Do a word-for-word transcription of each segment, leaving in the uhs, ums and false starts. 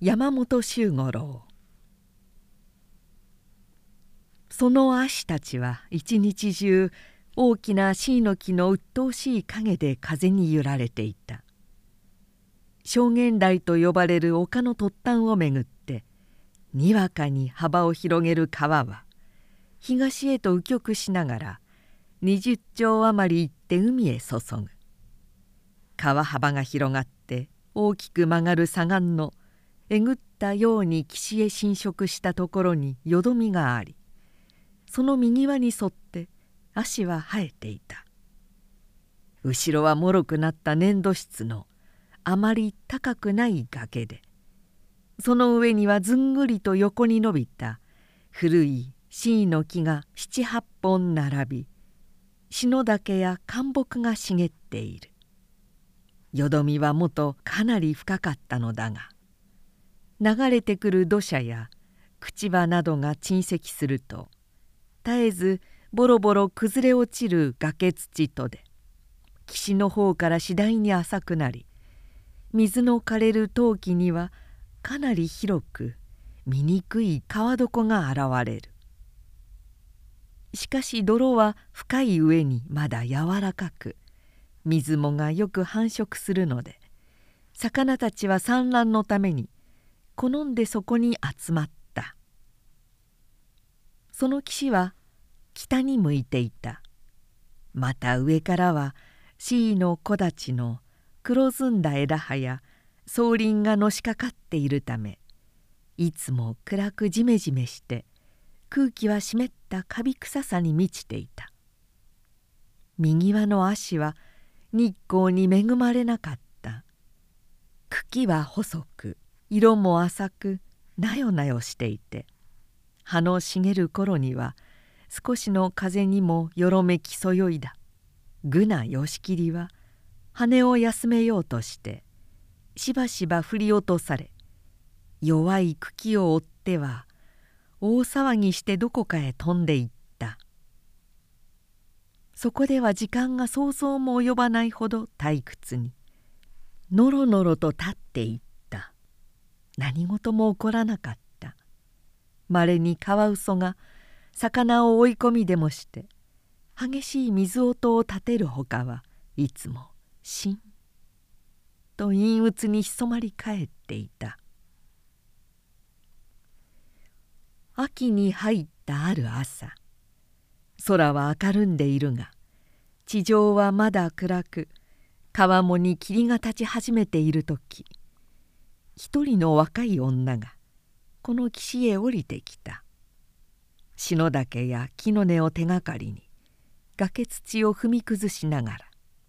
山本周五郎。その葦たちは一日中大きな椎の木の鬱陶しい影で風に揺られていた。証言台と呼ばれる丘の突端をめぐってにわかに幅を広げる川は東へと右極しながら二十丈余り行って海へ注ぐ。川幅が広がって大きく曲がる左岸のえぐったように岸へ侵食したところによどみがあり、その右輪に沿って足は生えていた。後ろはもろくなった粘土質のあまり高くない崖で、その上にはずんぐりと横に伸びた古い椎の木が七八本並び、篠竹や灌木が茂っている。よどみはもとかなり深かったのだが、流れてくる土砂や朽葉などが沈積すると絶えずボロボロ崩れ落ちる崖土とで、岸の方から次第に浅くなり、水の枯れる陶器にはかなり広く醜い川床が現れる。しかし泥は深い上にまだ柔らかく、水もがよく繁殖するので、魚たちは産卵のために好んでそこに集まった。その岸は北に向いていた。また上からは椎の木立の黒ずんだ枝葉や草林がのしかかっているため、いつも暗くジメジメして空気は湿ったカビ臭さに満ちていた。右輪の足は日光に恵まれなかった。茎は細く色も浅くなよなよしていて、葉の茂る頃には少しの風にもよろめきそよいだ愚なヨシキリは羽を休めようとしてしばしば振り落とされ、弱い茎を追っては大騒ぎしてどこかへ飛んでいった。そこでは時間がそうそうも及ばないほど退屈にのろのろと立っていった。何事も起こらなかった。まれにカワウソが魚を追い込みでもして激しい水音を立てるほかはいつもしんと陰鬱に潜まり返っていた。秋に入ったある朝、空は明るんでいるが地上はまだ暗く、川面に霧が立ち始めている時、一人の若い女がこの岸へ降りてきた。篠竹や木の根を手がかりに崖土を踏み崩しながら。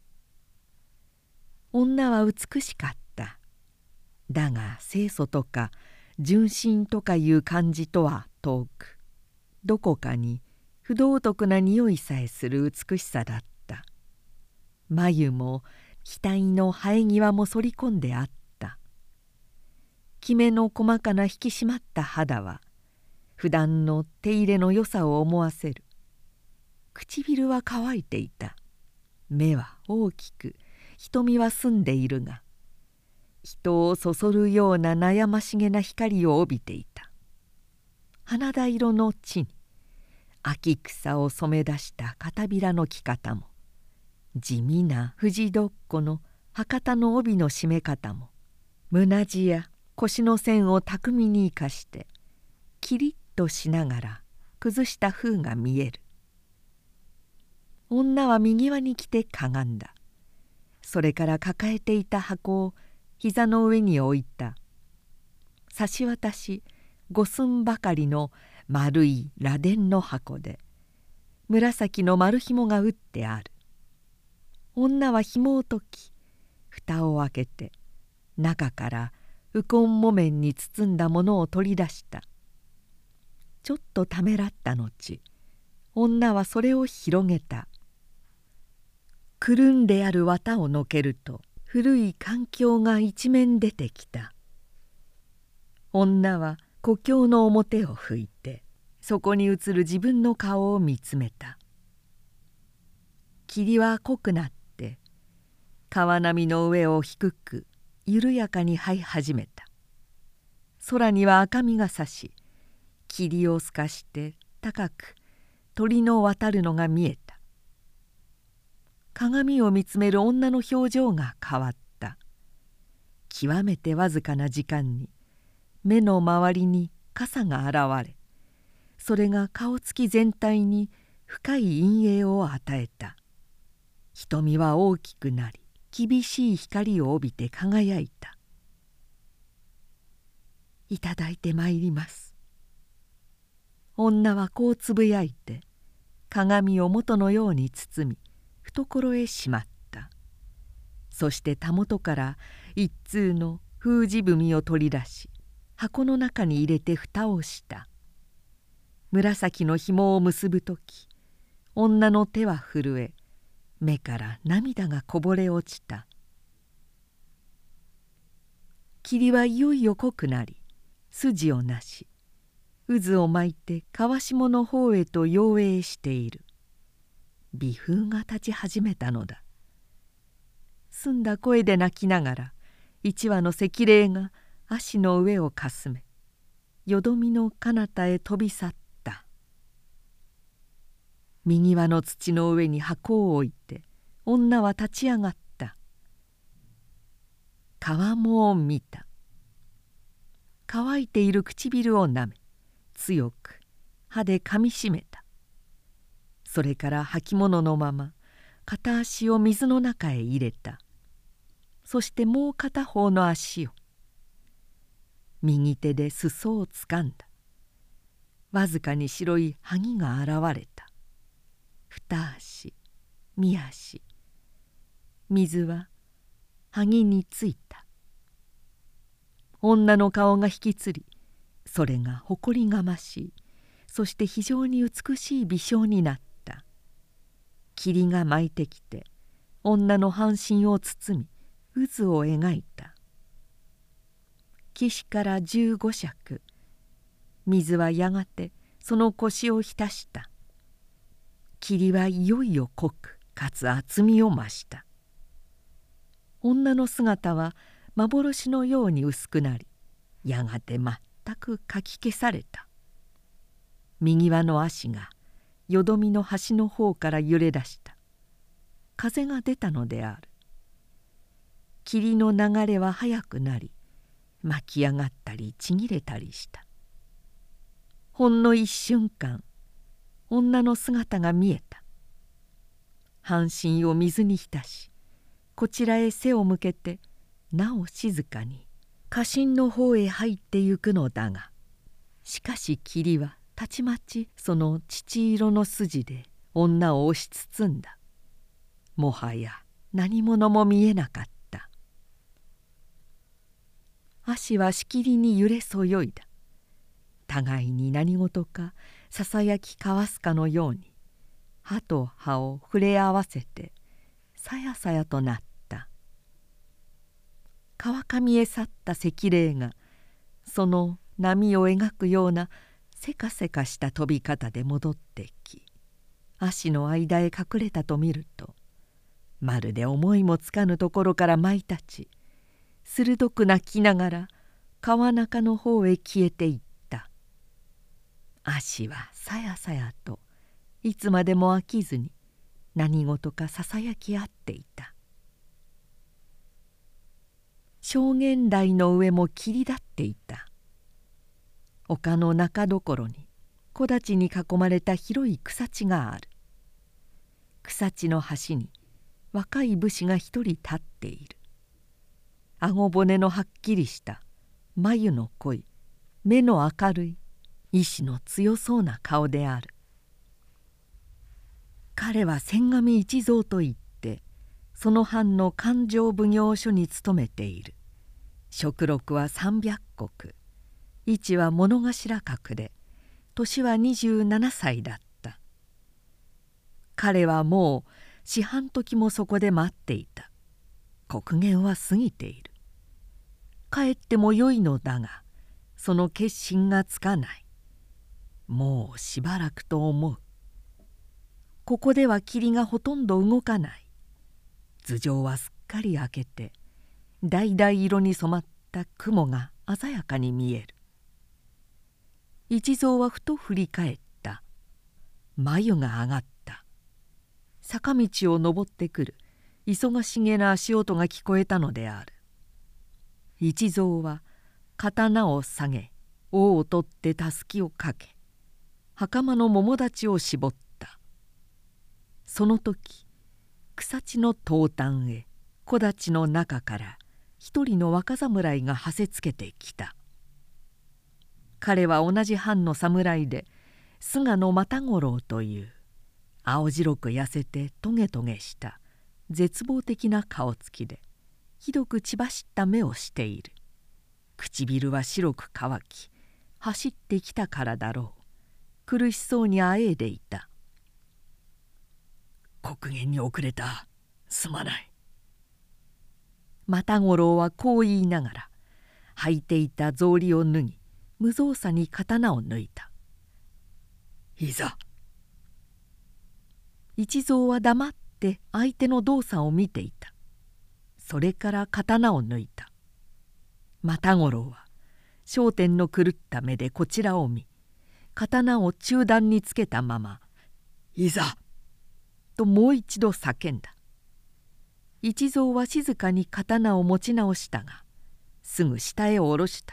女は美しかった。だが清楚とか純真とかいう感じとは遠く、どこかに不道徳な匂いさえする美しさだった。眉も額の生え際も反り込んであった。きめの細かな引き締まった肌は普段の手入れの良さを思わせる。唇は乾いていた。目は大きく、瞳は澄んでいるが、人をそそるような悩ましげな光を帯びていた。花田色の地に秋草を染め出した片びらの着方も、地味な藤どっこの博多の帯の締め方も、胸地や腰の線を巧みに生かしてキリッとしながら崩した風が見える。女は右輪に来てかがんだ。それから抱えていた箱を膝の上に置いた。差し渡し五寸ばかりの丸い螺鈿の箱で紫の丸紐が打ってある。女は紐を解き蓋を開けて中からウコン木綿に包んだものを取り出した。ちょっとためらった後、女はそれを広げた。くるんである綿をのけると古い環境が一面出てきた。女は故郷の表を拭いてそこに映る自分の顔を見つめた。霧は濃くなって川波の上を低く緩やかに這い始めた。 空には赤みがさし、霧を透かして高く鳥の渡るのが見えた。鏡を見つめる女の表情が変わった。極めてわずかな時間に目の周りに傘が現れ、それが顔つき全体に深い陰影を与えた。瞳は大きくなり、厳しい光を帯びて輝いた。いただいてまいります。女はこうつぶやいて、鏡を元のように包み、懐へしまった。そしてたもとから一通の封じ文を取り出し、箱の中に入れて蓋をした。紫の紐を結ぶとき、女の手は震え、目から涙がこぼれ落ちた。霧はいよいよ濃くなり、筋をなし、渦を巻いて川下の方へと揚影している。微風が立ち始めたのだ。澄んだ声で泣きながら一羽の赤霊が足の上をかすめ、よどみの彼方へ飛び去った。右輪の土の上に箱を置いて女は立ち上がった。川面を見た。乾いている唇をなめ、強く歯でかみしめた。それから履物のまま片足を水の中へ入れた。そしてもう片方の足を右手で裾をつかんだ。わずかに白い萩が現れた。二足、三足、水は萩についた。女の顔が引きつり、それが誇りがましい、そして非常に美しい微笑になった。霧が巻いてきて女の半身を包み、渦を描いた。岸から十五尺、水はやがてその腰を浸した。霧はいよいよ濃くかつ厚みを増した。女の姿は幻のように薄くなり、やがて全くかき消された。右輪の足がよどみの端の方から揺れ出した。風が出たのである。霧の流れは速くなり、巻き上がったりちぎれたりした。ほんの一瞬間、女の姿が見えた。半身を水に浸し、こちらへ背を向けてなお静かに家臣の方へ入ってゆくのだが、しかし霧はたちまちその乳色の筋で女を押し包んだ。もはや何者も見えなかった。足はしきりに揺れそよいだ。互いに何事かささやき交わすかのように、歯と歯を触れ合わせてさやさやとなった。川上へ去った赤霊がその波を描くようなせかせかした飛び方で戻ってき、足の間へ隠れたと見ると、まるで思いもつかぬところから舞い立ち、鋭く鳴きながら川中の方へ消えていった。足はさやさやといつまでも飽きずに何事かささやき合っていた。証言台の上も切り立っていた。丘の中どころに木立に囲まれた広い草地がある。草地の端に若い武士が一人立っている。あご骨のはっきりした眉の濃い、目の明るい、意志の強そうな顔である。彼は千上一蔵といってその藩の勘定奉行所に勤めている。職録は三百石、位置は物頭格で、年は二十七歳だった。彼はもう四半時もそこで待っていた。刻限は過ぎている。帰ってもよいのだが、その決心がつかない。もうしばらくと思う。ここでは霧がほとんど動かない。頭上はすっかり明けて、橙色に染まった雲が鮮やかに見える。 一蔵はふと振り返った。眉が上がった。坂道を登ってくる忙しげな足音が聞こえたのである。一蔵は刀を下げ、尾を取ってたすきをかけ、袴の桃立ちを絞った。その時草地の東端へ木立の中から一人の若侍がはせつけてきた。彼は同じ藩の侍で菅野又五郎という青白く痩せてトゲトゲした絶望的な顔つきで、ひどく血走った目をしている。唇は白く乾き、走ってきたからだろう、苦しそうにあえいでいた。 刻限に遅れた、すまない。 又五郎はこう言いながら履いていた草履を脱ぎ、無造作に刀を抜いた。 いざ。 一蔵は黙って相手の動作を見ていた。それから刀を抜いた。又五郎は焦点の狂った目でこちらを見、刀を中段につけたまま 「いざ!」 ともう一度叫んだ。一蔵は静かに刀を持ち直したが、すぐ下へ下ろした。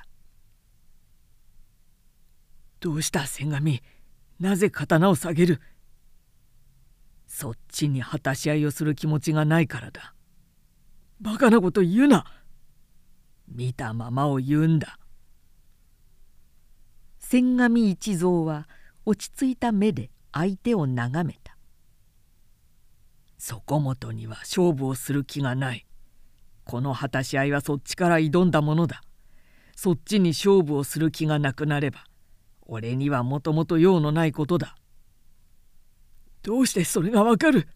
どうした千神、なぜ刀を下げる？そっちに果たし合いをする気持ちがないからだ。バカなこと言うな。見たままを言うんだ。 千神一蔵は落ち着いた目で相手を眺めた。 そこもとには勝負をする気がない。この果たし合いはそっちから挑んだものだ。そっちに勝負をする気がなくなれば、俺にはもともと用のないことだ。どうしてそれがわかる？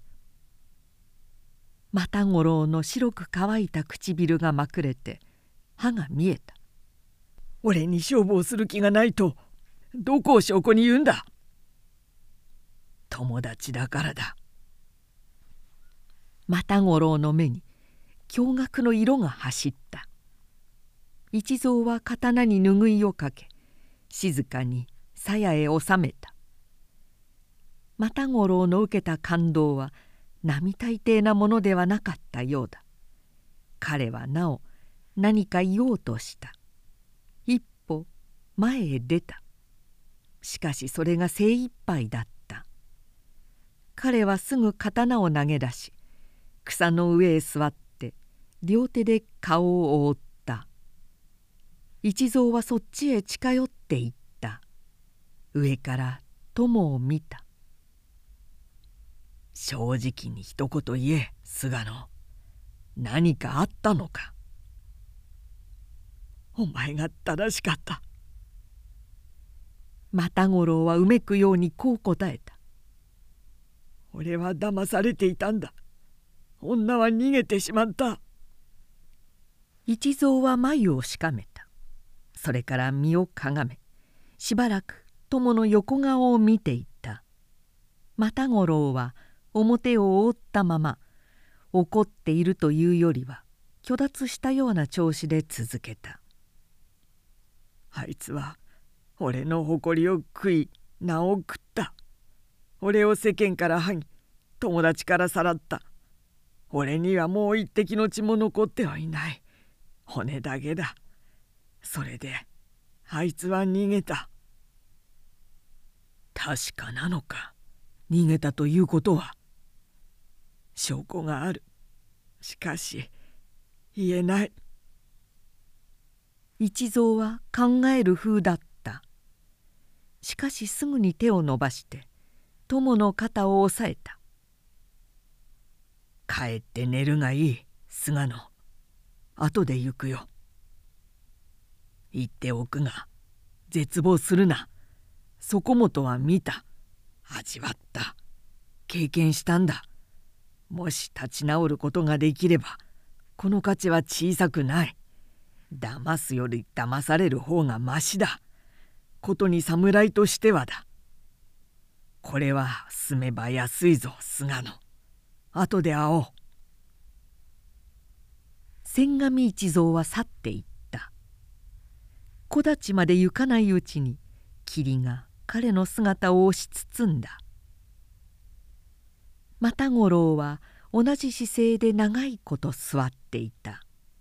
又五郎の白く乾いた唇がまくれて歯が見えた。 俺に勝負をする気がないとどこを証拠に言うんだ？友達だからだ。 又五郎の目に驚愕の色が走った。一蔵は刀に拭いをかけ、静かに鞘へ収めた。又五郎の受けた感動は並大抵なものではなかったようだ。彼はなお何か言おうとした。一歩前へ出た。しかしそれが精一杯だった。彼はすぐ刀を投げ出し、草の上へ座って両手で顔を覆った。一蔵はそっちへ近寄っていった。上から友を見た。 正直に一言言え、菅野。何かあったのか？お前が正しかった。 又五郎はうめくようにこう答えた。 俺は騙されていたんだ。女は逃げてしまった。 一蔵は眉をしかめた。それから身をかがめ、しばらく友の横顔を見ていった。又五郎は表を覆ったまま、怒っているというよりは虚脱したような調子で続けた。 あいつは俺の誇りを食い、名を食った。俺を世間から剥ぎ、友達からさらった。俺にはもう一滴の血も残ってはいない。骨だけだ。それであいつは逃げた。確かなのか、逃げたということは。証拠がある。しかし言えない。 一蔵は考える風だった。しかしすぐに手を伸ばして友の肩を押さえた。 帰って寝るがいい、菅野。後で行くよ。言っておくが、絶望するな。そこもとは見た、味わった、経験したんだ。もし立ち直ることができれば、この価値は小さくない。騙すより騙される方がましだ。ことに侍としてはだ。これは済めば安いぞ、菅野。後で会おう。 千神一蔵は去っていった。木立まで行かないうちに霧が彼の姿を押し包んだ。又五郎は同じ姿勢で長いこと座っていた。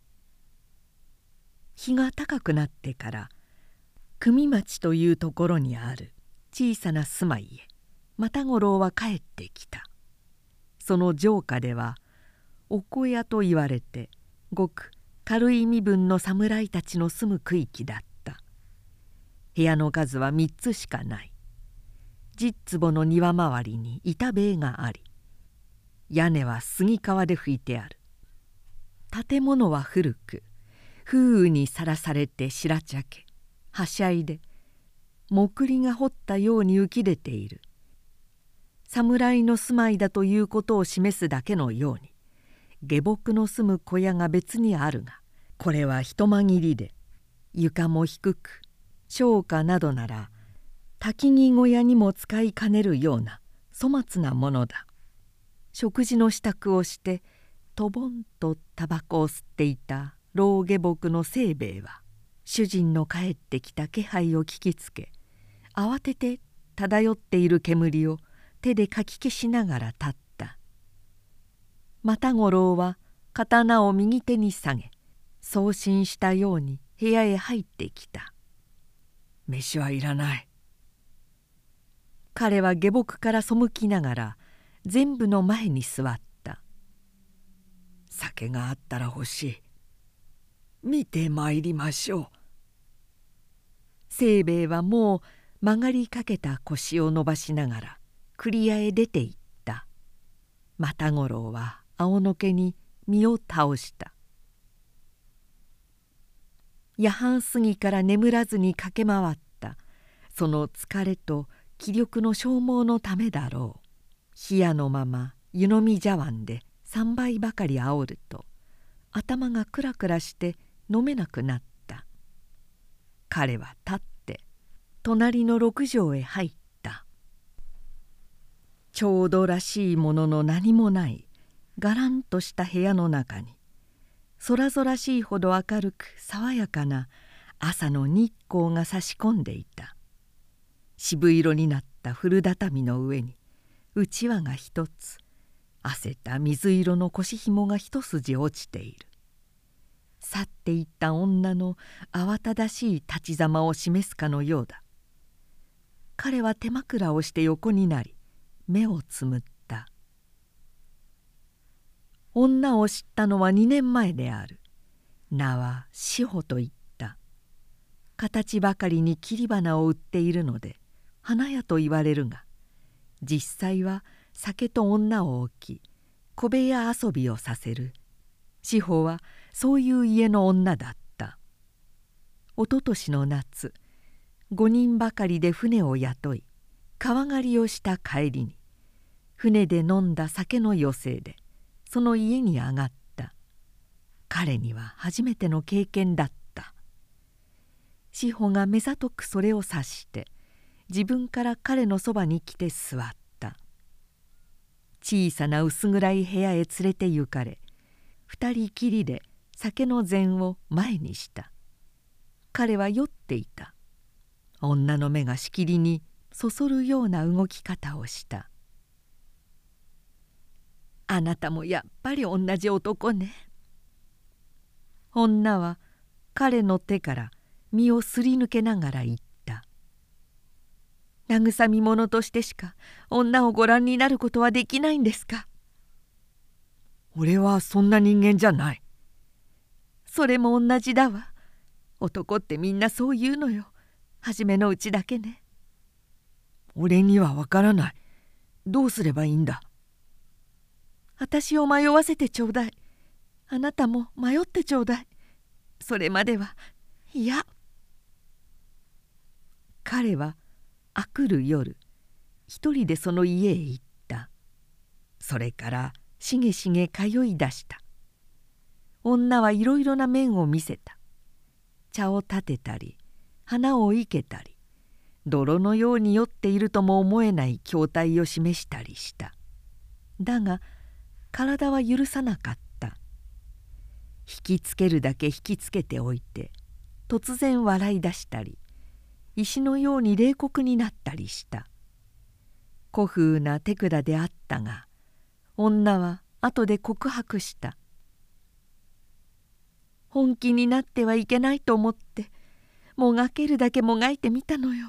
日が高くなってから組町というところにある小さな住まいへ又五郎は帰ってきた。その城下ではお小屋と言われてごく軽い身分の侍たちの住む区域だった。部屋の数はみっつしかない。十坪の庭周りに板塀があり、屋根は杉皮で拭いてある。建物は古く風雨にさらされて白茶けはしゃいで木りが掘ったように浮き出ている。侍の住まいだということを示すだけのように下僕の住む小屋が別にあるが、これは一間切りで床も低く商家などなら焚き木小屋にも使いかねるような粗末なものだ。食事の支度をしてとぼんとタバコを吸っていた老下僕の清兵衛は主人の帰ってきた気配を聞きつけ、慌てて漂っている煙を手でかき消しながら立った。又五郎は刀を右手に下げ送信したように部屋へ入ってきた。 飯はいらない。 彼は下僕から背きながら全部の前に座った。 酒があったら欲しい。見てまいりましょう。 清兵衛はもう曲がりかけた腰を伸ばしながら栗屋へ出て行った。又五郎は仰のけに身を倒した。夜半過ぎから眠らずに駆け回ったその疲れと気力の消耗のためだろう。冷やのまま湯飲み茶碗で三杯ばかりあおると頭がクラクラして飲めなくなった。彼は立って隣の六畳へ入った。ちょうどらしいものの何もないがらんとした部屋の中に空々しいほど明るく爽やかな朝の日光が差し込んでいた。渋色になった古畳の上にうちわが一つ、汗た水色の腰ひもが一筋落ちている。去っていった女の慌ただしい立ちざまを示すかのようだ。彼は手枕をして横になり目をつむった。女を知ったのはにねんまえである。名は志保といった。形ばかりに切り花を売っているので花屋と言われるが、実際は酒と女を置き小部屋遊びをさせる。志保はそういう家の女だった。おととしの夏、ごにんばかりで船を雇い川狩りをした帰りに船で飲んだ酒の余生でその家に上がった。彼には初めての経験だった。志保が目ざとくそれを察して自分から彼のそばに来て座った。小さな薄暗い部屋へ連れて行かれ二人きりで酒の膳を前にした。彼は酔っていた。女の目がしきりにそそるような動き方をした。あなたもやっぱり同じ男ね。女は彼の手から身をすり抜けながら言った。慰み者としてしか女をご覧になることはできないんですか。 俺はそんな人間じゃない。 それも同じだわ。男ってみんなそう言うのよ。初めのうちだけね。 俺にはわからない。どうすればいいんだ。 私を迷わせてちょうだい。あなたも迷ってちょうだい。それまではいや。彼はあくる夜一人でその家へ行った。それからしげしげ通い出した。女はいろいろな面を見せた。茶を立てたり花を生けたり泥のように酔っているとも思えない筐体を示したりした。だが体は許さなかった。引きつけるだけ引きつけておいて突然笑い出したり石のように冷酷になったりした。古風な手管であったが、女は後で告白した。本気になってはいけないと思ってもがけるだけもがいてみたのよ。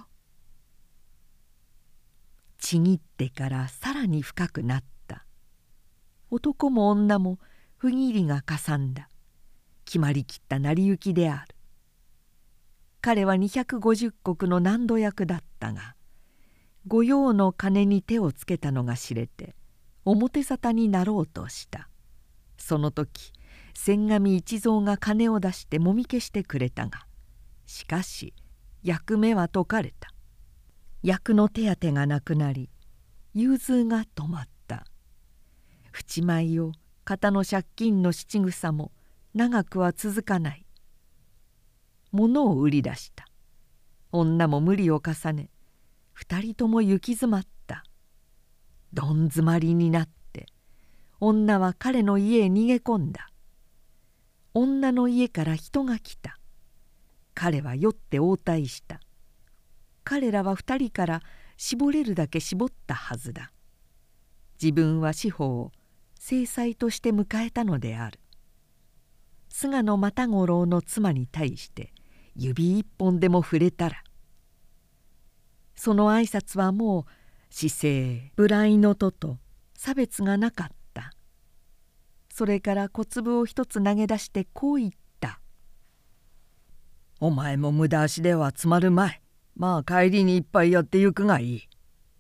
ちぎってからさらに深くなった。男も女も不義理がかさんだ決まりきった成り行きである。彼はにひゃくごじゅっこくの納戸役だったが、御用の金に手をつけたのが知れて表沙汰になろうとした。その時千上一蔵が金を出してもみ消してくれたが、しかし役目は解かれた。役の手当がなくなり融通が止まった。淵米を肩の借金の七草も長くは続かない。物を売り出した。女も無理を重ね二人とも行き詰まった。どん詰まりになって女は彼の家へ逃げ込んだ。女の家から人が来た。彼は酔って応対した。彼らは二人から絞れるだけ絞ったはずだ。自分は司法を正妻として迎えたのである。菅野又五郎の妻に対して指一本でも触れたら、その挨拶はもう姿勢無頼のとと差別がなかった。それから小粒を一つ投げ出してこう言った。 お前も無駄足ではつまるまい。まあ帰りに一杯やってゆくがいい。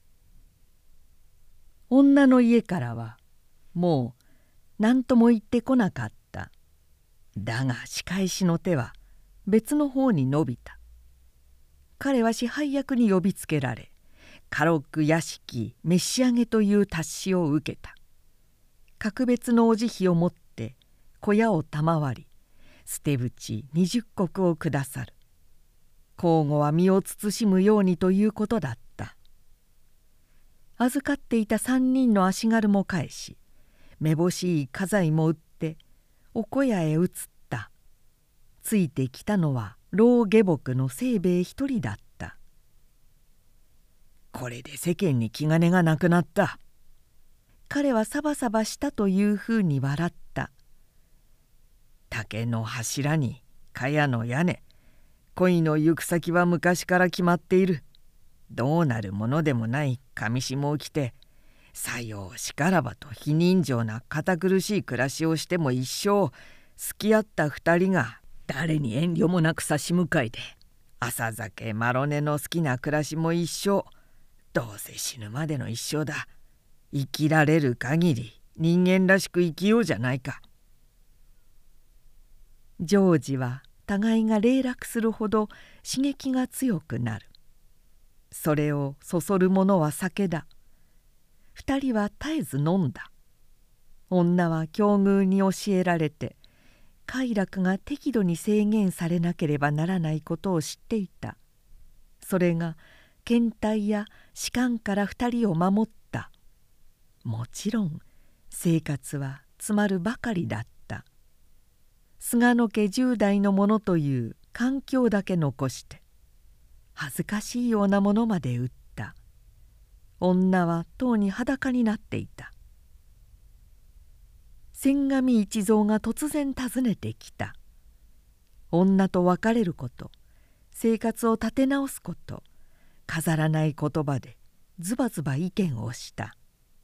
女の家からはもう何とも言ってこなかった。だが仕返しの手は別の方に伸びた。彼は支配役に呼びつけられ、家禄屋敷召し上げという達しを受けた。格別のお慈悲をもって小屋を賜り、捨て淵二十石をくださる。公後は身を慎むようにということだった。預かっていた三人の足軽も返し、めぼしい家財も売ってお小屋へ移った。ついてきたのは老下僕の清兵衛一人だった。 これで世間に気兼ねがなくなった。 彼はサバサバしたというふうに笑った。 竹の柱に茅の屋根、恋の行く先は昔から決まっている。どうなるものでもない裃を着て、さようしからばと非人情な堅苦しい暮らしをしても一生好き合った二人が誰に遠慮もなく差し向かいで、朝酒マロネの好きな暮らしも一生、どうせ死ぬまでの一生だ。生きられる限り人間らしく生きようじゃないか。 ジョージは互いが霊落するほど刺激が強くなる。それをそそるものは酒だ。二人は絶えず飲んだ。女は境遇に教えられて快楽が適度に制限されなければならないことを知っていた。それが倦怠や弛緩から二人を守った。もちろん生活はつまるばかりだった。菅野家十代のものという環境だけ残して恥ずかしいようなものまで売った。女はとうに裸になっていた。千上一蔵が突然訪ねてきた。女と別れること、生活を立て直すこと、飾らない言葉でズバズバ意見をした。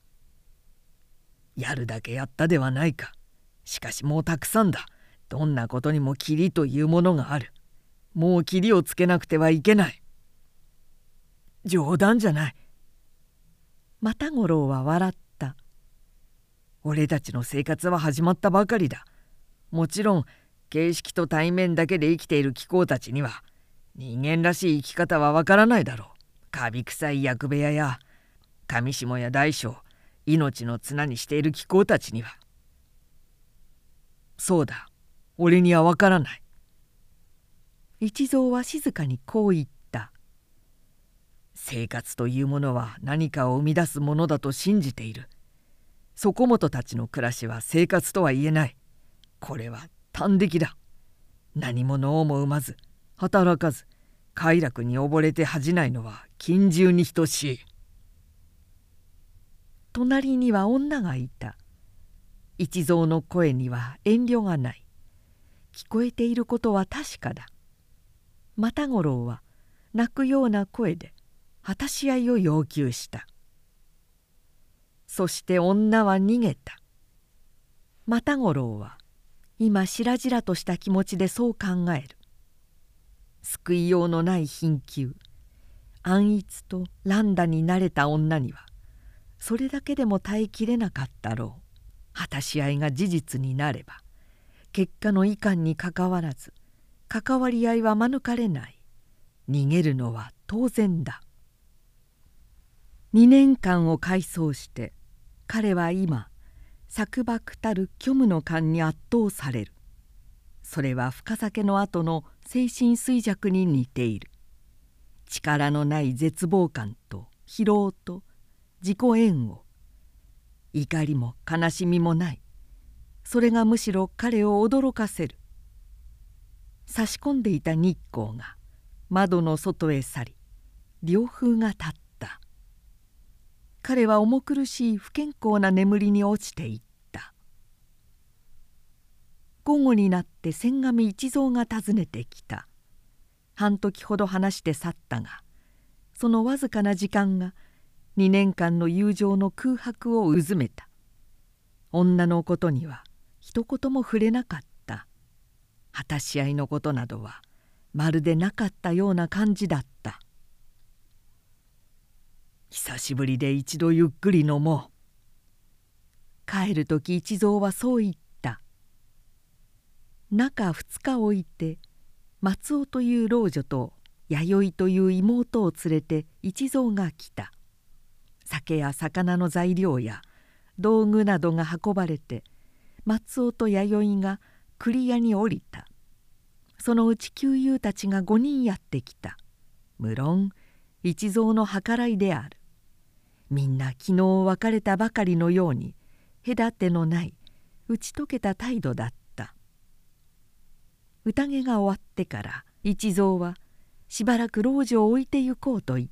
やるだけやったではないか。しかしもうたくさんだ。どんなことにもキリというものがある。もうキリをつけなくてはいけない。冗談じゃない。 又五郎は笑った。 俺たちの生活は始まったばかりだ。もちろん形式と対面だけで生きている貴公たちには人間らしい生き方はわからないだろう。カビ臭い役部屋や上下や大小、命の綱にしている貴公たちには。そうだ、俺にはわからない。 一蔵は静かにこう言った。 生活というものは何かを生み出すものだと信じている。底本たちの暮らしは生活とは言えない。これは単敵だ。何者をも生まず、働かず、 快楽に溺れて恥じないのは近習に等しい。 隣には女がいた。一蔵の声には遠慮がない。聞こえていることは確かだ。又五郎は泣くような声で果たし合いを要求した。そして女は逃げた。又五郎は今しらじらとした気持ちでそう考える。救いようのない貧窮、安逸と乱打に慣れた女にはそれだけでも耐えきれなかったろう。果たし合いが事実になれば結果のいかんにかかわらず関わり合いは免れない。逃げるのは当然だ。にねんかんを回想して彼は今錯漠たる虚無の感に圧倒される。それは深酒の後の精神衰弱に似ている。力のない絶望感と疲労と自己嫌悪、怒りも悲しみもない。それがむしろ彼を驚かせる。差し込んでいた日光が窓の外へ去り、涼風が立った。彼は重苦しい不健康な眠りに落ちていった。午後になって千上一蔵が訪ねてきた。半時ほど話して去ったが、そのわずかな時間がにねんかんの友情の空白をうずめた。女のことには一言も触れなかった。果たし合いのことなどはまるでなかったような感じだった。 久しぶりで一度ゆっくり飲もう。 帰る時一蔵はそう言った。中二日置いて松尾という老女と弥生という妹を連れて一蔵が来た。酒や魚の材料や道具などが運ばれて、松尾と弥生が栗屋に降りた。そのうち旧友たちがごにんやってきた。無論一蔵の計らいである。みんな昨日別れたばかりのように隔てのない打ち解けた態度だった。宴が終わってから一蔵はしばらく老女を置いて行こうと言った。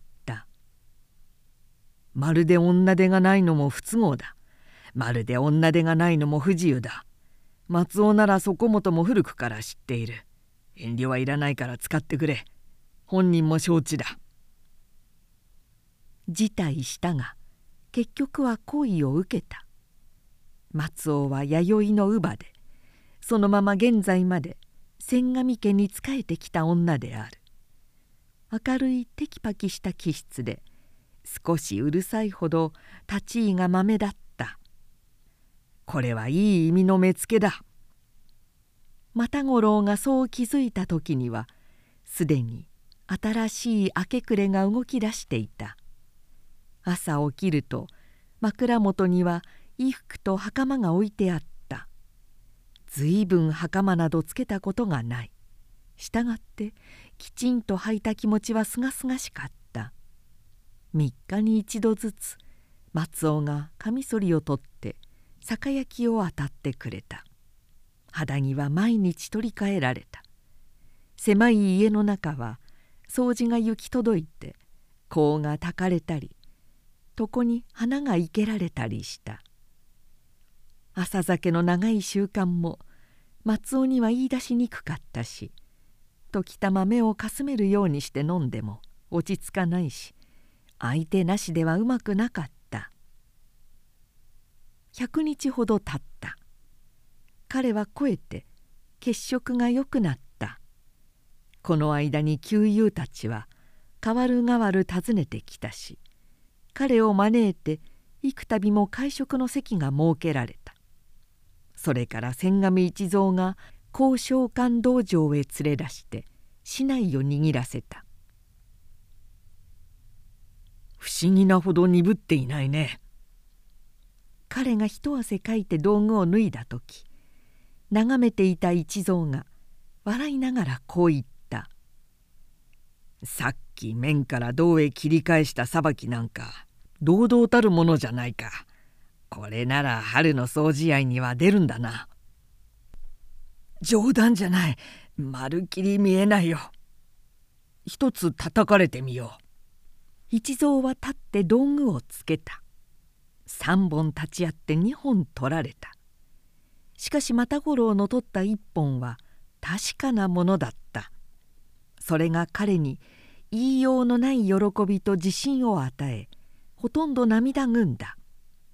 まるで女手がないのも不都合だ。まるで女手がないのも不自由だ。松尾ならそこもとも古くから知っている。遠慮はいらないから使ってくれ。本人も承知だ。 辞退したが結局は好意を受けた。松尾は弥生の乳母で、そのまま現在まで千上家に仕えてきた女である。明るいテキパキした気質で、少しうるさいほど立ち居がまめだった。 これはいい意味の目つけだ。 又五郎がそう気づいた時にはすでに新しい明け暮れが動き出していた。朝起きると枕元には衣服と袴が置いてあった。ずいぶん袴などつけたことがない。したがってきちんと履いた気持ちはすがすがしかった。三日に一度ずつ松尾がカミソリを取って酒焼きを当たってくれた。肌着は毎日取り替えられた。狭い家の中は掃除が行き届いて香がたかれたり、床に花が生けられたりした。朝酒の長い習慣も松尾には言い出しにくかったし、時たま目をかすめるようにして飲んでも落ち着かないし、相手なしではうまくなかった。百日ほど経った。彼は肥えて血色が良くなった。この間に旧友たちは代わる代わる訪ねてきたし、彼を招いて幾度も会食の席が設けられた。それから千上一蔵が高尚館道場へ連れ出して市内を握らせた。 不思議なほど鈍っていないね。 彼が一汗かいて道具を脱いだ時、眺めていた一蔵が笑いながらこう言った。 さっき面から胴へ切り返した裁きなんか堂々たるものじゃないか。これなら春の掃除合には出るんだな。冗談じゃない。まるきり見えないよ。 一つ叩かれてみよう。 一蔵は立って道具をつけた。三本立ち会って二本取られた。しかし又五郎の取った一本は確かなものだった。それが彼に言いようのない喜びと自信を与え、ほとんど涙ぐんだ。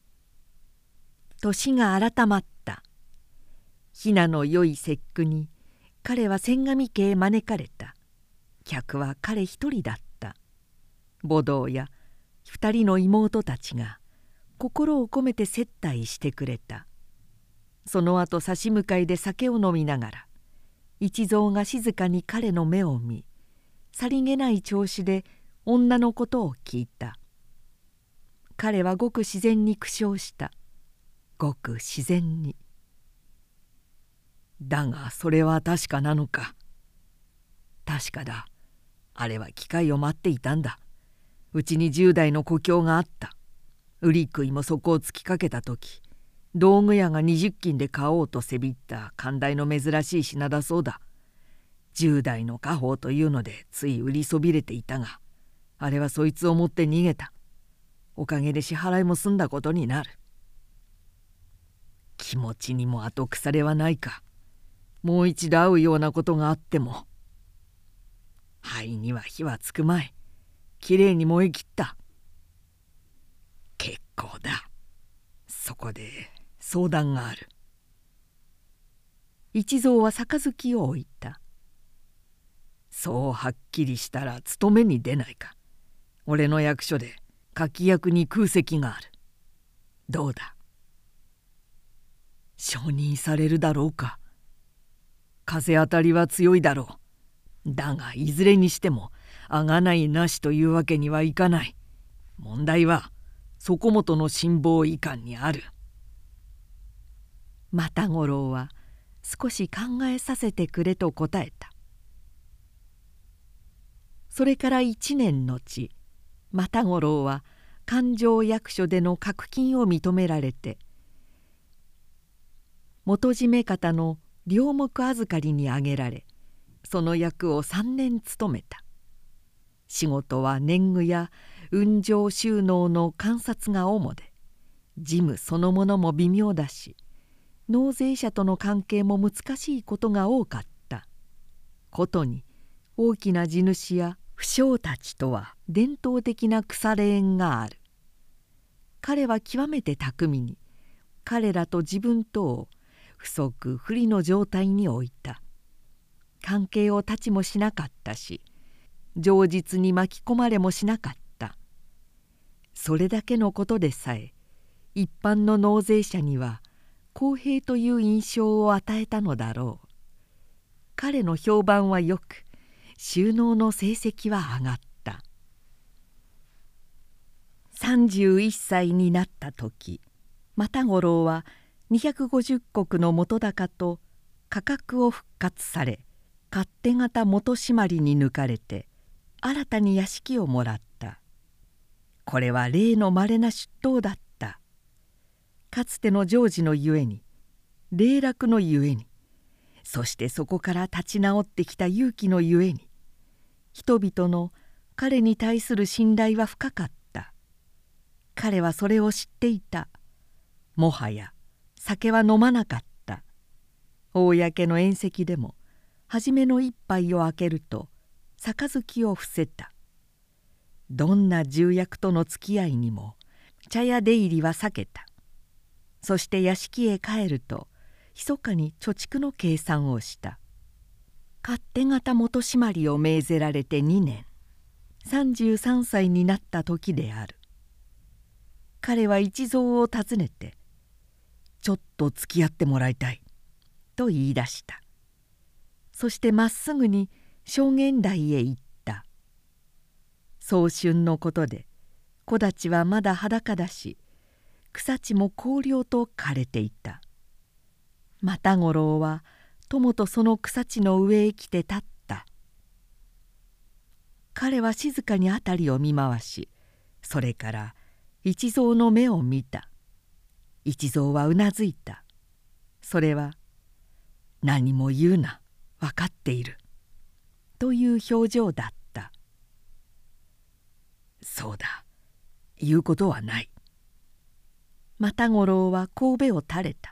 年が改まった。雛の良い節句に彼は千上家へ招かれた。客は彼一人だった。母堂や二人の妹たちが心を込めて接待してくれた。その後差し向かいで酒を飲みながら一蔵が静かに彼の目を見、さりげない調子で女のことを聞いた。彼はごく自然に苦笑した。ごく自然に。 だがそれは確かなのか。確かだ。あれは機会を待っていたんだ。うちに十代の故郷があった。売り食いもそこを突きかけた時、道具屋が二十金で買おうとせびった寛大の珍しい品だそうだ。十代の家宝というのでつい売りそびれていたが、あれはそいつを持って逃げた。おかげで支払いも済んだことになる。気持ちにも後腐れはないか。もう一度会うようなことがあっても。灰には火はつくまい。きれいに燃えきった。結構だ。そこで相談がある。 一蔵は杯を置いた。 そうはっきりしたら勤めに出ないか。俺の役所で書役に空席がある。どうだ。承認されるだろうか。風当たりは強いだろう。だがいずれにしてもあがないなしというわけにはいかない。問題は底本の辛抱いかんにある。 又五郎は少し考えさせてくれと答えた。それから一年のち、又五郎は勘定役所での格金を認められて、元締め方の領目預かりに挙げられ、その役を三年務めた。仕事は年貢や運上収納の観察が主で、事務そのものも微妙だし、納税者との関係も難しいことが多かった。ことに大きな地主や不肖たちとは伝統的な腐れ縁がある。彼は極めて巧みに彼らと自分とを不足不利の状態に置いた。関係を断ちもしなかったし、情実に巻き込まれもしなかった。それだけのことでさえ一般の納税者には公平という印象を与えたのだろう。彼の評判はよく、収納の成績は上がった。さんじゅういっさいになった時、又五郎はにひゃくごじゅっ石の元高と価格を復活され、勝手型元締まりに抜かれて新たに屋敷をもらった。これは例のまれな出頭だった。かつての情事のゆえに、霊落のゆえに、そしてそこから立ち直ってきた勇気のゆえに、人々の彼に対する信頼は深かった。彼はそれを知っていた。もはや酒は飲まなかった。公の宴席でも初めの一杯を開けると杯を伏せた。どんな重役との付き合いにも茶屋出入りは避けた。そして屋敷へ帰ると密かに貯蓄の計算をした。勝手型元締まりを命ぜられてにねん、さんじゅうさんさいになった時である。彼は一蔵を訪ねて「ちょっと付き合ってもらいたい」と言い出した。そしてまっすぐに証言台へ行った。早春のことで木立はまだ裸だし、草地も荒涼と枯れていた。又五郎は友とその草地の上へ来て立った。彼は静かに辺りを見回し、それから一蔵の目を見た。一蔵はうなずいた。それは「何も言うな、分かっている」という表情だった。 そうだ、言うことはない。 又五郎は神戸を垂れた。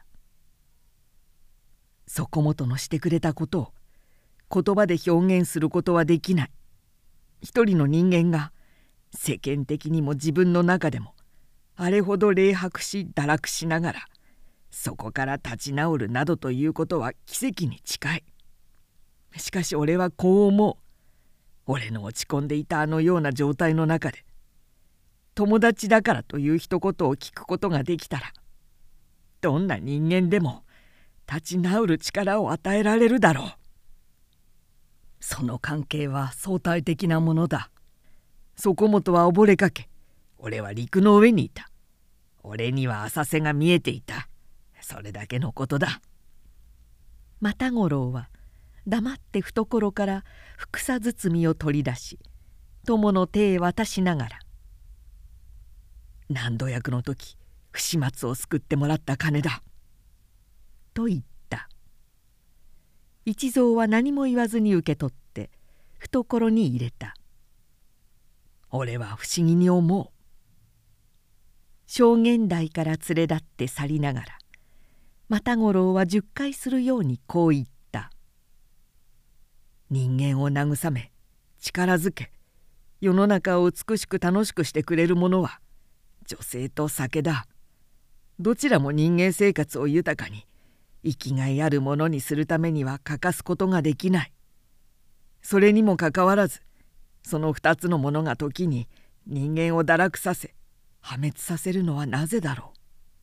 そこもとのしてくれたことを言葉で表現することはできない。一人の人間が世間的にも自分の中でもあれほど冷薄し堕落しながらそこから立ち直るなどということは奇跡に近い。しかし俺はこう思う。俺の落ち込んでいたあのような状態の中で友達だからという一言を聞くことができたらどんな人間でも立ち直る力を与えられるだろう。その関係は相対的なものだ。そこもとは溺れかけ、俺は陸の上にいた。俺には浅瀬が見えていた。それだけのことだ。 又五郎は黙って懐からふくさ包みを取り出し友の手へ渡しながら 「納戸役の時不始末を救ってもらった金だ」 と言った。一蔵は何も言わずに受け取って懐に入れた。 俺は不思議に思う。 証言台から連れ立って去りながら又五郎は十回するようにこう言った。 人間を慰め力づけ世の中を美しく楽しくしてくれるものは女性と酒だ。どちらも人間生活を豊かに生きがいあるものにするためには欠かすことができない。それにもかかわらずその二つのものが時に人間を堕落させ破滅させるのはなぜだろう。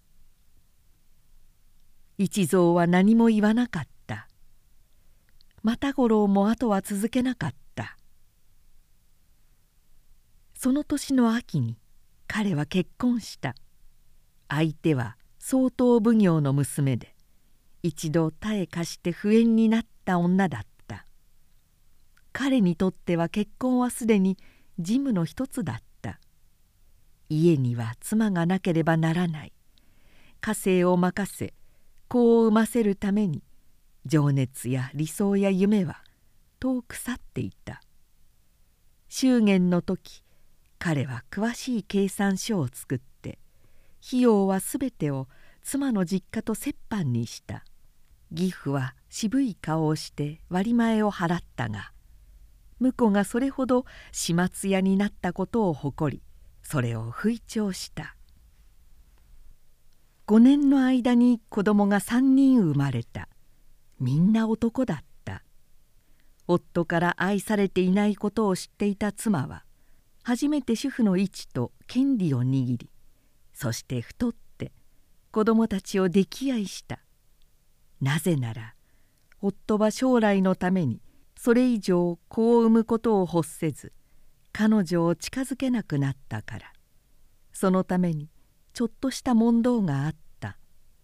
一蔵は何も言わなかった。又五郎も後は続けなかった。その年の秋に彼は結婚した。相手は総統奉行の娘で一度絶え貸して不縁になった女だった。彼にとっては結婚はすでに事務の一つだった。家には妻がなければならない。家政を任せ子を産ませるために情熱や理想や夢は遠く去っていた。祝言の時彼は詳しい計算書を作って費用はすべてを妻の実家と折半にした。義父は渋い顔をして割前を払ったが婿がそれほど始末屋になったことを誇りそれを吹聴した。ごねんの間に子供がさんにん生まれた。みんな男だった。夫から愛されていないことを知っていた妻は初めて主婦の位置と権利を握りそして太って子供たちを溺愛した。なぜなら夫は将来のためにそれ以上子を産むことを欲せず彼女を近づけなくなったから。そのためにちょっとした問答があった。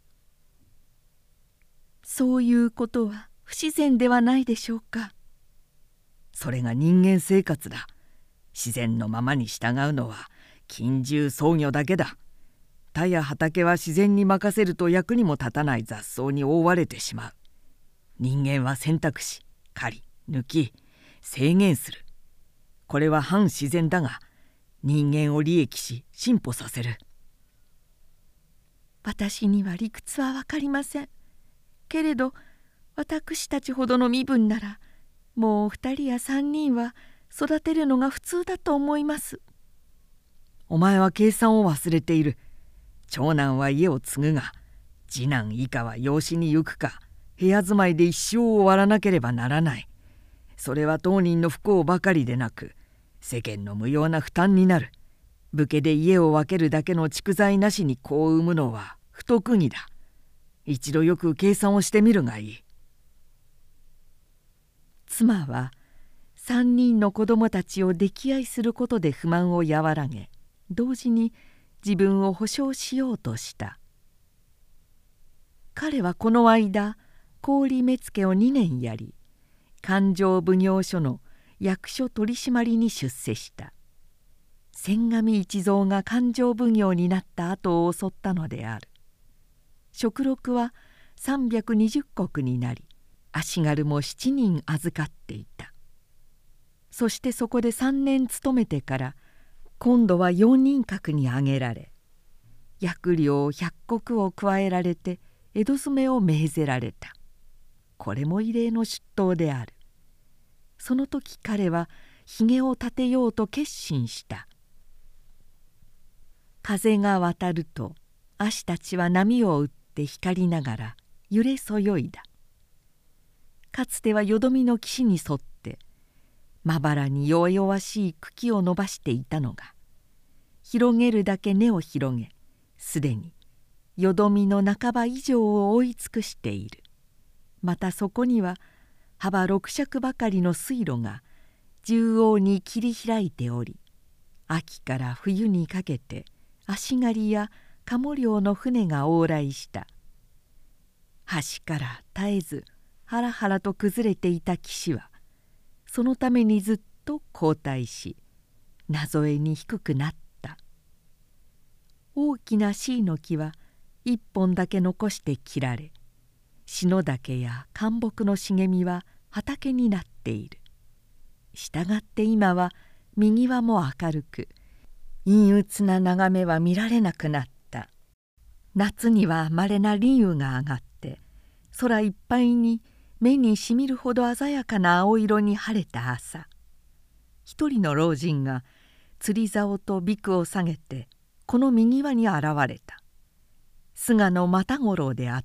そういうことは不自然ではないでしょうか。 それが人間生活だ。自然のままに従うのは近従操業だけだ。田や畑は自然に任せると役にも立たない雑草に覆われてしまう。人間は選択し狩り抜き制限する。これは反自然だが人間を利益し進歩させる。 私には理屈は分かりませんけれど私たちほどの身分ならもう二人や三人は育てるのが普通だと思います。 お前は計算を忘れている。長男は家を継ぐが次男以下は養子に行くか部屋住まいで一生を終わらなければならない。それは当人の不幸ばかりでなく世間の無用な負担になる。武家で家を分けるだけの蓄財なしに子を産むのは不得意だ。一度よく計算をしてみるがいい。 妻は三人の子供たちを溺愛することで不満を和らげ同時に自分を保証しようとした。彼はこの間氷目付をにねんやり勘定奉行所の役所取締に出世した。千上一蔵が勘定奉行になった後を襲ったのである。食禄はさんびゃくにじゅっ石になり足軽もしちにん預かっていた。そしてそこでさんねん勤めてから今度は用人格に挙げられ、百両百石を加えられて江戸詰めを命ぜられた。これも異例の出頭である。その時彼はひげを立てようと決心した。風が渡ると葦たちは波を打って光りながら揺れそよいだ。かつてはよどみの岸に沿ってまばらに弱々しい茎を伸ばしていたのが、広げるだけ根を広げ、すでによどみの半ば以上を覆い尽くしている。またそこには幅六尺ばかりの水路が縦横に切り開いており、秋から冬にかけて足狩りや鴨漁の船が往来した。橋から絶えずはらはらと崩れていた岸は、そのためにずっと後退し、なぞえに低くなった。大きな椎の木は一本だけ残して切られ、篠竹や灌木の茂みは畑になっている。したがって今は右輪も明るく、陰鬱な眺めは見られなくなった。夏にはまれな輪雨が上がって、空いっぱいに目にしみるほど鮮やかな青色に晴れた朝、一人の老人が釣り竿とビクを下げてこの右輪に現れた。菅野又五郎であった。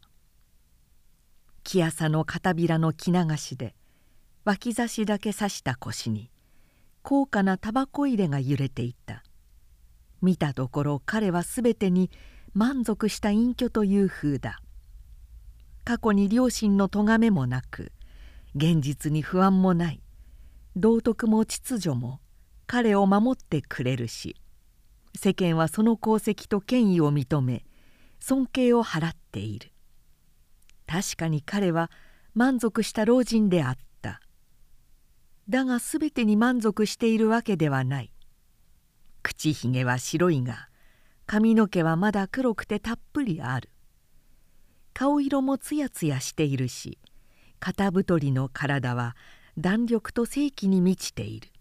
木朝の片びらの着流しで、脇差しだけ刺した腰に高価なタバコ入れが揺れていた。見たところ彼はすべてに満足した隠居という風だ。過去に良心の咎めもなく、現実に不安もない、道徳も秩序も彼を守ってくれるし、世間はその功績と権威を認め尊敬を払っている。確かに彼は満足した老人であった。だがすべてに満足しているわけではない。口ひげは白いが、髪の毛はまだ黒くてたっぷりある。顔色もつやつやしているし、肩太りの体は弾力と生気に満ちている。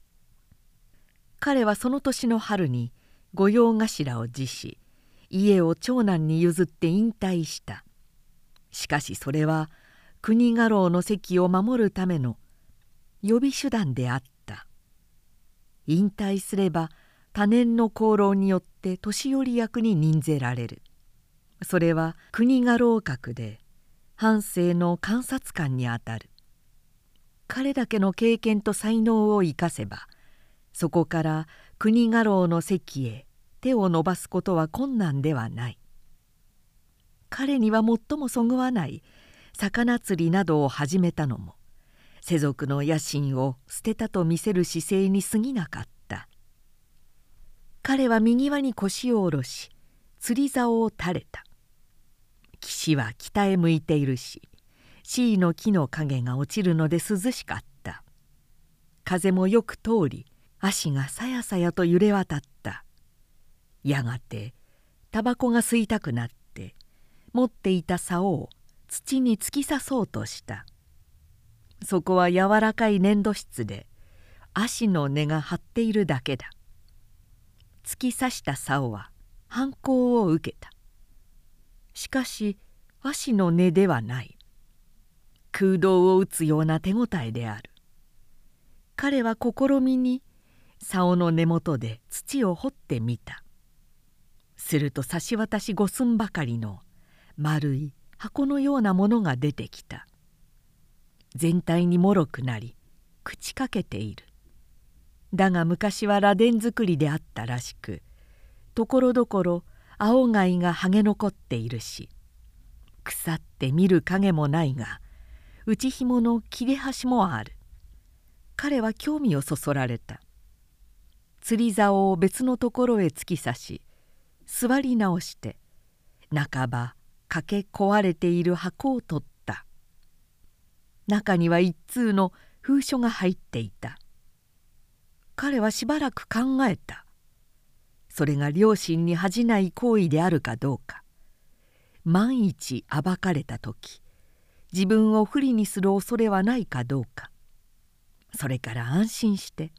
彼はその年の春に御用頭を辞し、家を長男に譲って引退した。しかしそれは国家老の席を守るための予備手段であった。引退すれば多年の功労によって年寄り役に任ぜられる。それは国家老格で藩政の監察官にあたる。彼だけの経験と才能を生かせば、そこから国家老の席へ手を伸ばすことは困難ではない。彼には最もそぐわない魚釣りなどを始めたのも、世俗の野心を捨てたと見せる姿勢に過ぎなかった。彼は右輪に腰を下ろし、釣り竿を垂れた。岸は北へ向いているし、椎の木の影が落ちるので涼しかった。風もよく通り、足がさやさやと揺れ渡った。やがてタバコが吸いたくなって持っていた竿を土に突き刺そうとした。そこは柔らかい粘土質で、足の根が張っているだけだ。突き刺した竿は反抗を受けた。しかし足の根ではない。空洞を打つような手応えである。彼は試みに竿の根元で土を掘ってみた。すると差し渡し五寸ばかりの丸い箱のようなものが出てきた。全体にもろくなり朽ちかけている。だが昔は螺鈿作りであったらしく、ところどころ青貝が剥げ残っているし、腐って見る影もないが内紐の切れ端もある。彼は興味をそそられた。釣り竿を別のところへ突き刺し、座り直して半ばかけ壊れている箱を取った。中には一通の封書が入っていた。彼はしばらく考えた。それが良心に恥じない行為であるかどうか。万一暴かれた時、自分を不利にする恐れはないかどうか。それから安心して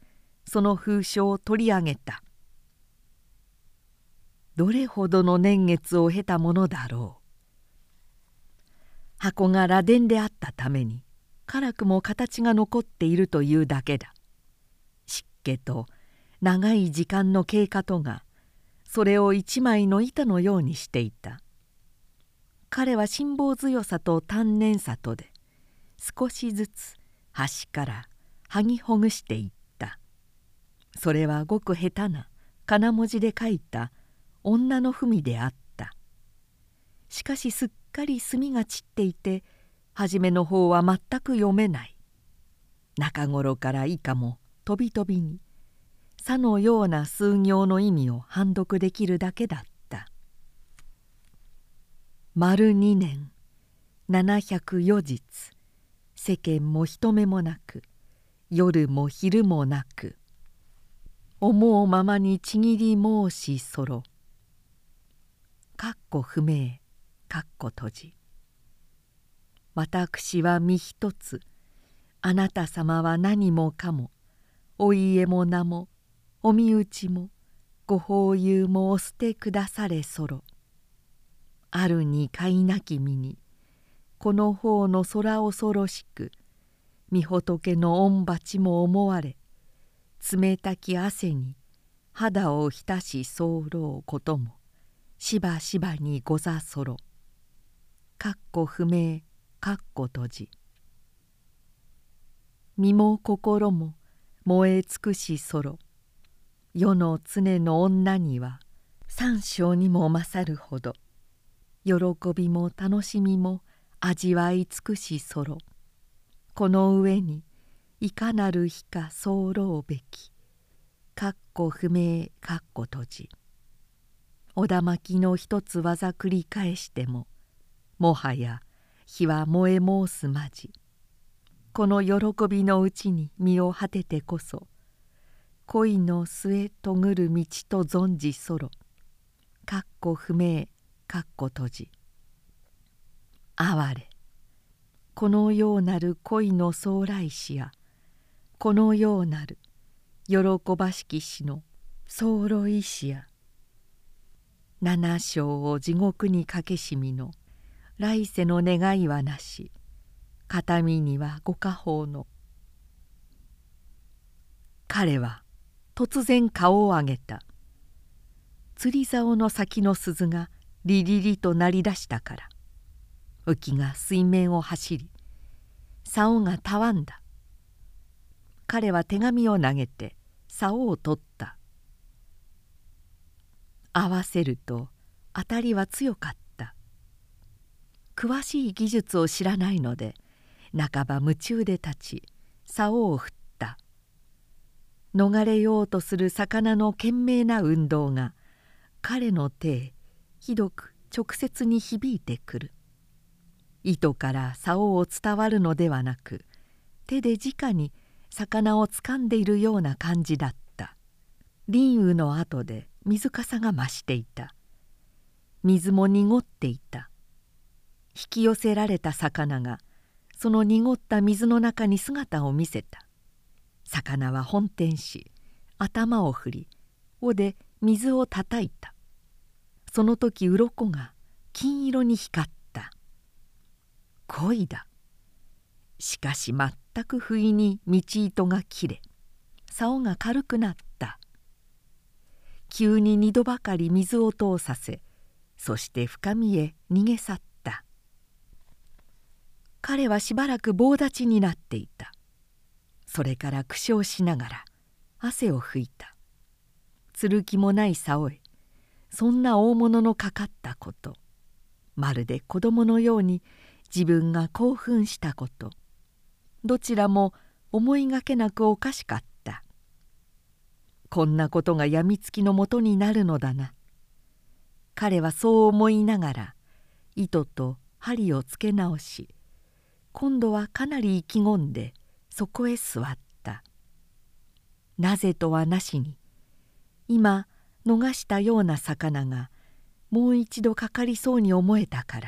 その封書を取り上げた。どれほどの年月を経たものだろう。箱が螺鈿であったために辛くも形が残っているというだけだ。湿気と長い時間の経過とがそれを一枚の板のようにしていた。彼は辛抱強さと丹念さとで少しずつ端から剥ぎほぐしていった。それはごく下手な金文字で書いた女の文であった。しかしすっかり墨が散っていて初めの方は全く読めない。中頃から以下もとびとびにさのような数行の意味を判読できるだけだった。丸二年七百余日、世間も人目もなく夜も昼もなく、思うままにちぎり申しそろ。かっこ不明かっこ閉じ。私は身一つ、あなた様は何もかも、お家も名もお身内もご法友もお捨てくだされそろ。あるに甲斐なき身にこの方の空恐ろしく、御仏の御鉢も思われ、冷たき汗に肌を浸し候うこともしばしばにござそろ。かっこ不明かっこ閉じ。身も心も燃え尽くしそろ。世の常の女には三章にも勝るほど、喜びも楽しみも味わい尽くしそろ。この上にいかなる日か候うべき。かっこ不明かっこ閉じ。おだまきの一つ技繰り返してももはや火は燃え申すまじ。この喜びのうちに身を果ててこそ恋の末とぐる道と存じそろ。かっこ不明かっこ閉じ。哀れ、このようなる恋の壮来史やこのようなる喜ばしき死の候意史や七章を地獄にかけしみの来世の願いはなし、形見にはご家宝の。彼は突然顔を上げた。釣り竿の先の鈴がリリリと鳴り出したから、浮きが水面を走り竿がたわんだ。彼は手紙を投げて竿を取った。合わせると当たりは強かった。詳しい技術を知らないので半ば夢中で立ち竿を振った。逃れようとする魚の懸命な運動が彼の手へひどく直接に響いてくる。糸から竿を伝わるのではなく、手で直に魚をつかんでいるような感じだった。林雨の後で水かさが増していた。水も濁っていた。引き寄せられた魚がその濁った水の中に姿を見せた。魚は翻転し頭を振り尾で水をたたいた。その時鱗が金色に光った。恋だ。しかし全く不意に道糸が切れ竿が軽くなった。急に二度ばかり水を通させ、そして深みへ逃げ去った。彼はしばらく棒立ちになっていた。それから苦笑しながら汗を拭いた。剣もない竿へそんな大物のかかったこと、まるで子供のように自分が興奮したこと、どちらも思いがけなくおかしかった。こんなことがやみつきのもとになるのだな。彼はそう思いながら糸と針をつけ直し、今度はかなり意気込んでそこへ座った。なぜとはなしに今逃したような魚がもう一度かかりそうに思えたから、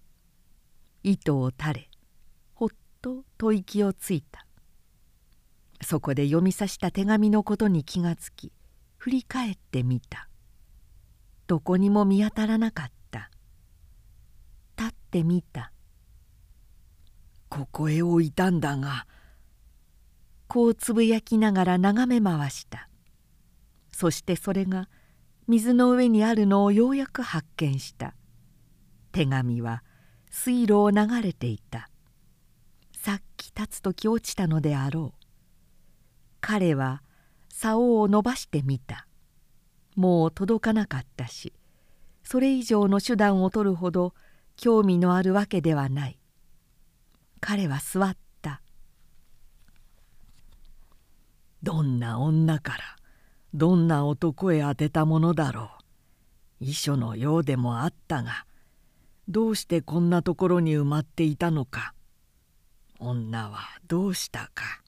糸を垂れほっと吐息をついた。 そこで読みさした手紙のことに気がつき、振り返ってみた。どこにも見当たらなかった。立ってみた。 ここへ置いたんだが。 こうつぶやきながら眺め回した。そしてそれが水の上にあるのをようやく発見した。手紙は水路を流れていた。さっき立つとき落ちたのであろう。彼は竿を伸ばしてみた。もう届かなかったし、それ以上の手段を取るほど興味のあるわけではない。彼は座った。 どんな女からどんな男へ当てたものだろう。遺書のようでもあったが、どうしてこんなところに埋まっていたのか。女はどうしたか。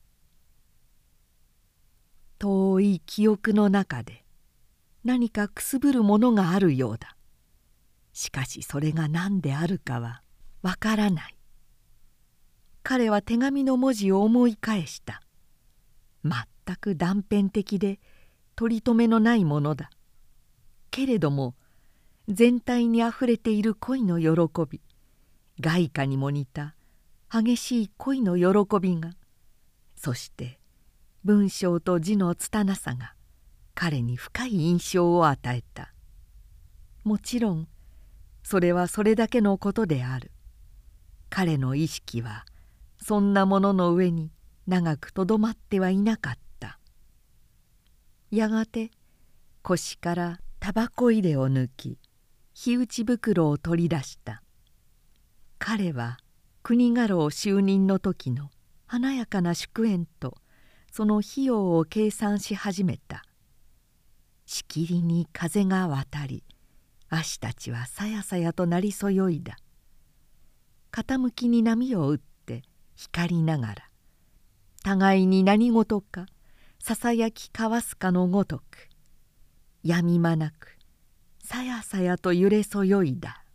遠い記憶の中で何かくすぶるものがあるようだ。しかしそれが何であるかはわからない。彼は手紙の文字を思い返した。全く断片的で取り留めのないものだ。けれども全体にあふれている恋の喜び、外貨にも似た激しい恋の喜びが、そして文章と字の拙さが彼に深い印象を与えた。もちろんそれはそれだけのことである。彼の意識はそんなものの上に長くとどまってはいなかった。やがて腰からタバコ入れを抜き、火打ち袋を取り出した。彼は国家老就任の時の華やかな祝宴とその費用を計算し始めた。しきりに風が渡り、足たちはさやさやとなりそよいだ。傾きに波を打って光りながら、互いに何事かささやき交わすかのごとく、やみ間なくさやさやと揺れそよいだ。